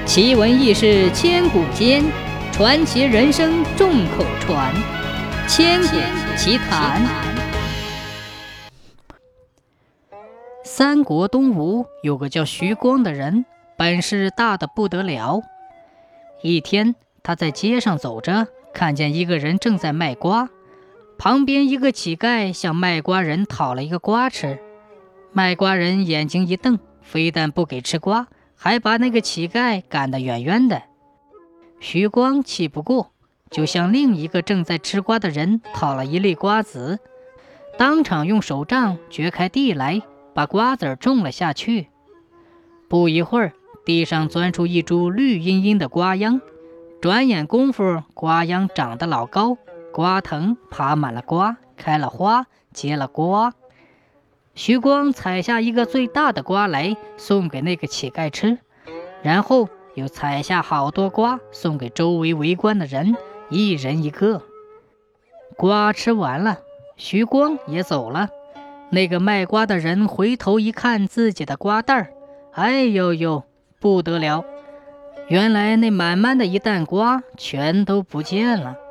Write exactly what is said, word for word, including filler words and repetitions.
奇闻异事千古间，传奇人生众口传。千古奇谈。三国东吴有个叫徐光的人，本事大得不得了。一天，他在街上走着，看见一个人正在卖瓜，旁边一个乞丐向卖瓜人讨了一个瓜吃。卖瓜人眼睛一瞪，非但不给吃瓜，还把那个乞丐赶得远远的。徐光气不过，就向另一个正在吃瓜的人讨了一粒瓜子，当场用手杖掘开地来，把瓜子种了下去。不一会儿，地上钻出一株绿茵茵的瓜秧，转眼功夫，瓜秧长得老高，瓜藤爬满了瓜，开了花，结了瓜。徐光采下一个最大的瓜来，送给那个乞丐吃，然后又采下好多瓜，送给周围围观的人，一人一个。瓜吃完了，徐光也走了。那个卖瓜的人回头一看自己的瓜袋儿，哎呦呦，不得了！原来那满满的一担瓜全都不见了。